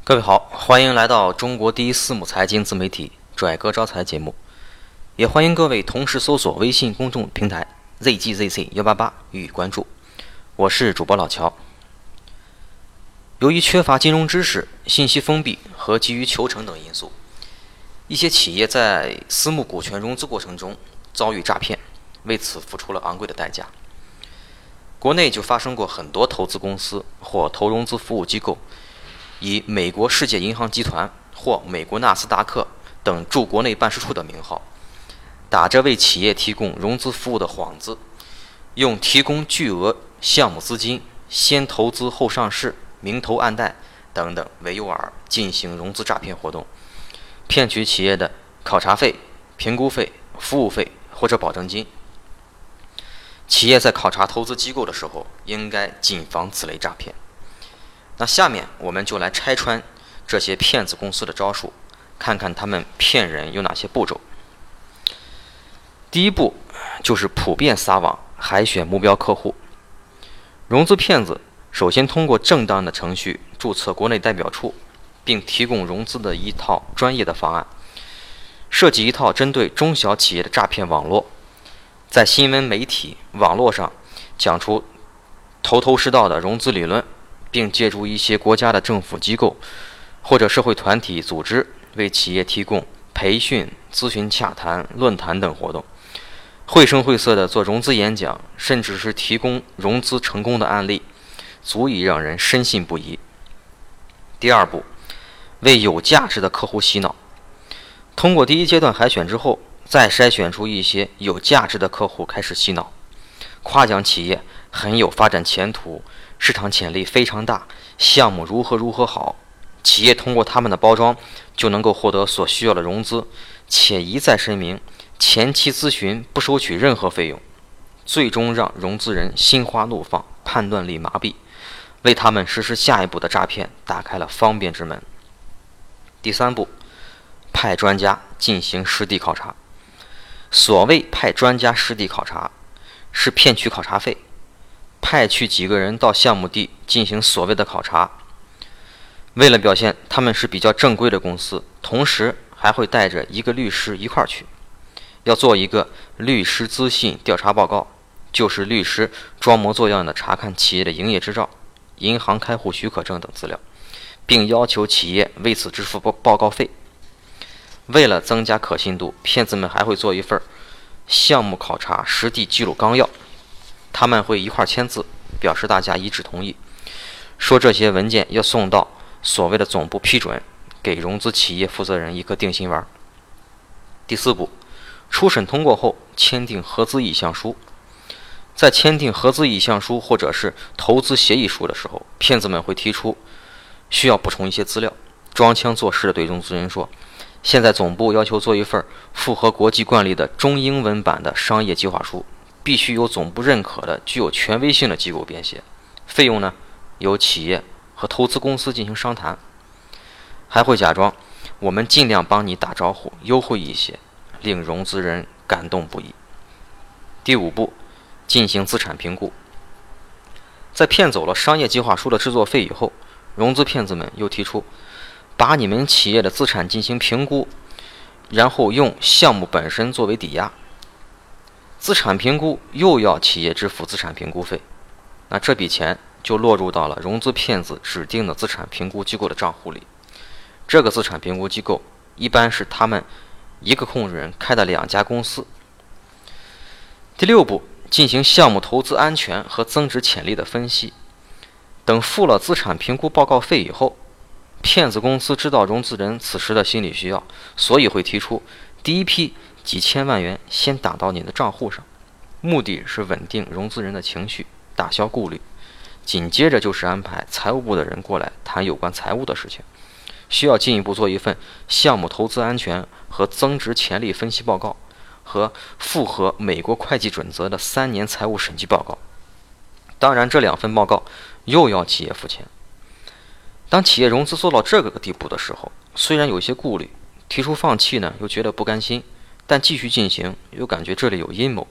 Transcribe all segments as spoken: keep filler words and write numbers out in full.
各位好，欢迎来到中国第一私募财经自媒体拽哥招财节目，也欢迎各位同时搜索微信公众平台 Z G Z C 一八八予以关注。我是主播老乔。由于缺乏金融知识、信息封闭和急于求成等因素，一些企业在私募股权融资过程中遭遇诈骗，为此付出了昂贵的代价。国内就发生过很多投资公司或投融资服务机构以美国世界银行集团或美国纳斯达克等驻国内办事处的名号，打着为企业提供融资服务的幌子，用提供巨额项目资金、先投资后上市、明投暗贷等等为诱饵进行融资诈骗活动，骗取企业的考察费、评估费、服务费或者保证金。企业在考察投资机构的时候，应该谨防此类诈骗。那下面我们就来拆穿这些骗子公司的招数，看看他们骗人有哪些步骤。第一步就是普遍撒网，海选目标客户。融资骗子首先通过正当的程序注册国内代表处，并提供融资的一套专业的方案，设计一套针对中小企业的诈骗网络，在新闻媒体、网络上讲出头头是道的融资理论，并借助一些国家的政府机构或者社会团体组织为企业提供培训、咨询洽谈、论坛等活动，绘声绘色地做融资演讲，甚至是提供融资成功的案例，足以让人深信不疑。第二步，为有价值的客户洗脑。通过第一阶段海选之后，再筛选出一些有价值的客户开始洗脑，夸奖企业很有发展前途，市场潜力非常大，项目如何如何好，企业通过他们的包装就能够获得所需要的融资，且一再声明前期咨询不收取任何费用，最终让融资人心花怒放，判断力麻痹，为他们实施下一步的诈骗打开了方便之门。第三步，派专家进行实地考察。所谓派专家实地考察，是骗取考察费，派去几个人到项目地进行所谓的考察，为了表现他们是比较正规的公司，同时还会带着一个律师一块儿去，要做一个律师资信调查报告，就是律师装模作样的查看企业的营业执照、银行开户许可证等资料，并要求企业为此支付报告费。为了增加可信度，骗子们还会做一份项目考察实地记录纲要，他们会一块签字，表示大家一致同意，说这些文件要送到所谓的总部批准，给融资企业负责人一颗定心丸。第四步，初审通过后签订合资意向书。在签订合资意向书或者是投资协议书的时候，骗子们会提出需要补充一些资料，装腔作势地对融资人说，现在总部要求做一份符合国际惯例的中英文版的商业计划书，必须由总部认可的具有权威性的机构编写，费用呢由企业和投资公司进行商谈。还会假装我们尽量帮你打招呼，优惠一些，令融资人感动不已。第五步，进行资产评估。在骗走了商业计划书的制作费以后，融资骗子们又提出把你们企业的资产进行评估，然后用项目本身作为抵押。资产评估又要企业支付资产评估费，那这笔钱就落入到了融资骗子指定的资产评估机构的账户里。这个资产评估机构一般是他们一个控制人开的两家公司。第六步，进行项目投资安全和增值潜力的分析。等付了资产评估报告费以后，骗子公司知道融资人此时的心理需要，所以会提出第一批几千万元先打到你的账户上，目的是稳定融资人的情绪，打消顾虑。紧接着就是安排财务部的人过来谈有关财务的事情，需要进一步做一份项目投资安全和增值潜力分析报告和符合美国会计准则的三年财务审计报告。当然这两份报告又要企业付钱。当企业融资做到这个地步的时候，虽然有些顾虑，提出放弃呢又觉得不甘心，但继续进行又感觉这里有阴谋。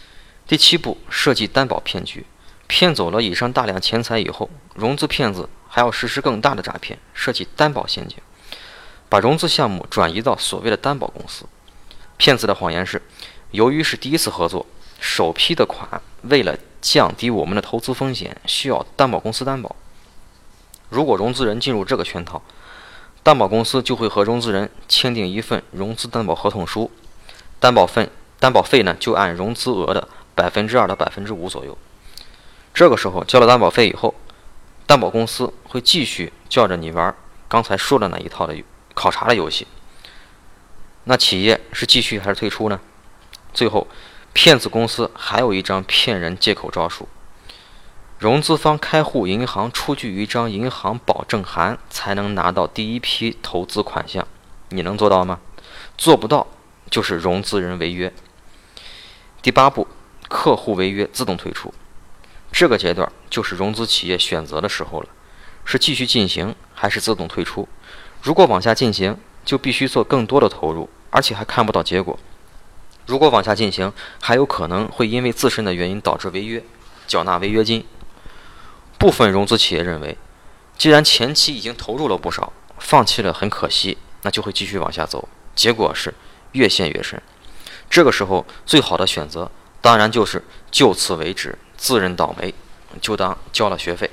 第七步，设计担保骗局。骗走了以上大量钱财以后，融资骗子还要实施更大的诈骗，设计担保陷阱，把融资项目转移到所谓的担保公司。骗子的谎言是，由于是第一次合作，首批的款为了降低我们的投资风险，需要担保公司担保。如果融资人进入这个圈套，担保公司就会和融资人签订一份融资担保合同书，担保费担保费呢就按融资额的百分之二到百分之五左右。这个时候交了担保费以后，担保公司会继续叫着你玩刚才说的那一套的考察的游戏。那企业是继续还是退出呢？最后，骗子公司还有一张骗人借口招数：融资方开户银行出具一张银行保证函，才能拿到第一批投资款项。你能做到吗？做不到，就是融资人违约。第八步，客户违约自动退出。这个阶段就是融资企业选择的时候了，是继续进行还是自动退出？如果往下进行，就必须做更多的投入，而且还看不到结果。如果往下进行，还有可能会因为自身的原因导致违约，缴纳违约金。部分融资企业认为，既然前期已经投入了不少，放弃了很可惜，那就会继续往下走，结果是越陷越深。这个时候最好的选择当然就是就此为止，自认倒霉，就当交了学费。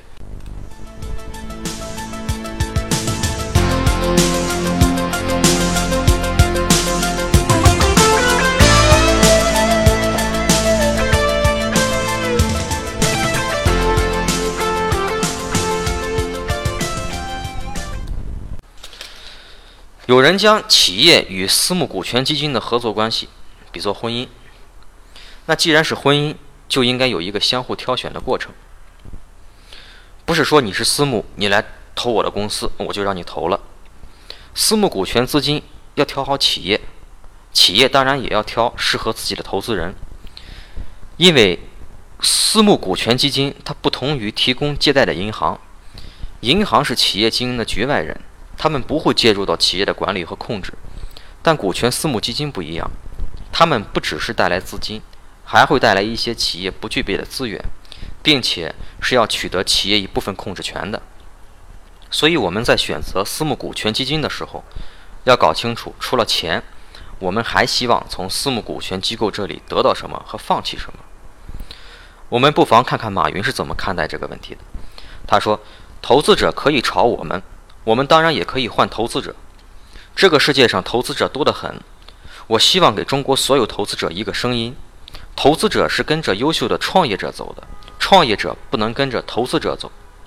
有人将企业与私募股权基金的合作关系比作婚姻，那既然是婚姻，就应该有一个相互挑选的过程。不是说你是私募，你来投我的公司，我就让你投了。私募股权资金要挑好企业，企业当然也要挑适合自己的投资人。因为私募股权基金它不同于提供借贷的银行，银行是企业经营的局外人，他们不会介入到企业的管理和控制。但股权私募基金不一样，他们不只是带来资金，还会带来一些企业不具备的资源，并且是要取得企业一部分控制权的。所以我们在选择私募股权基金的时候，要搞清楚除了钱，我们还希望从私募股权机构这里得到什么和放弃什么。我们不妨看看马云是怎么看待这个问题的。他说，投资者可以炒我们，我们当然也可以换投资者。这个世界上投资者多得很，我希望给中国所有投资者一个声音：投资者是跟着优秀的创业者走的，创业者不能跟着投资者走。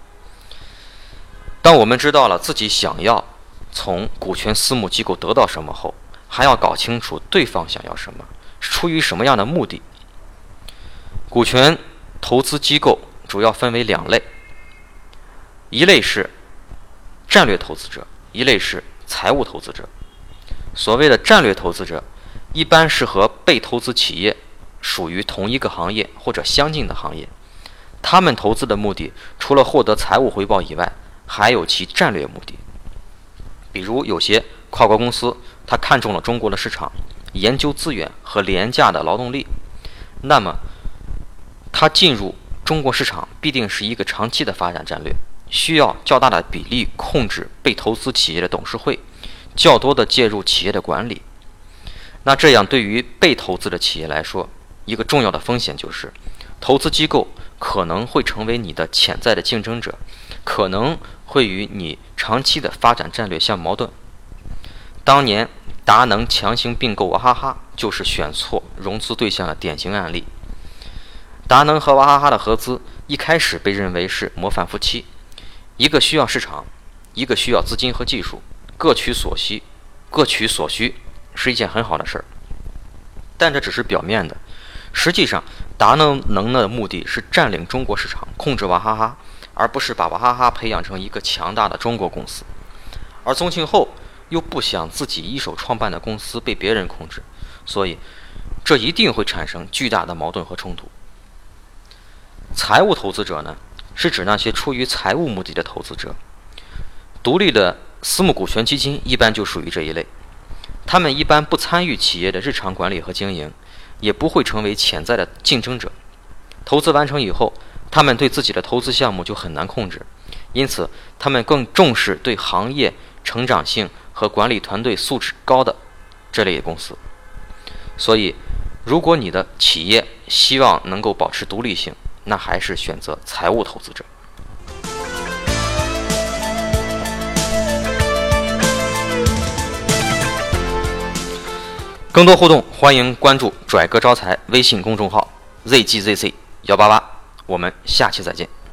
当我们知道了自己想要从股权私募机构得到什么后，还要搞清楚对方想要什么，是出于什么样的目的。股权投资机构主要分为两类，一类是战略投资者，一类是财务投资者。所谓的战略投资者，一般是和被投资企业属于同一个行业或者相近的行业，他们投资的目的除了获得财务回报以外，还有其战略目的。比如有些跨国公司，他看中了中国的市场，研究资源和廉价的劳动力，那么他进入中国市场必定是一个长期的发展战略，需要较大的比例控制被投资企业的董事会，较多的介入企业的管理。那这样对于被投资的企业来说，一个重要的风险就是，投资机构可能会成为你的潜在的竞争者，可能会与你长期的发展战略相矛盾。当年达能强行并购娃哈哈，就是选错融资对象的典型案例。达能和娃哈哈的合资一开始被认为是模范夫妻，一个需要市场，一个需要资金和技术，各取所需，各取所需是一件很好的事儿。但这只是表面的，实际上达能能的目的是占领中国市场，控制娃哈哈，而不是把娃哈哈培养成一个强大的中国公司。而宗庆后又不想自己一手创办的公司被别人控制，所以这一定会产生巨大的矛盾和冲突。财务投资者呢，是指那些出于财务目的的投资者。独立的私募股权基金一般就属于这一类，他们一般不参与企业的日常管理和经营，也不会成为潜在的竞争者。投资完成以后，他们对自己的投资项目就很难控制， 因此他们更重视对行业成长性和管理团队素质高的这类公司。所以如果你的企业希望能够保持独立性，那还是选择财务投资者。更多互动，欢迎关注拽哥招财微信公众号 Z G Z C 一八八，我们下期再见。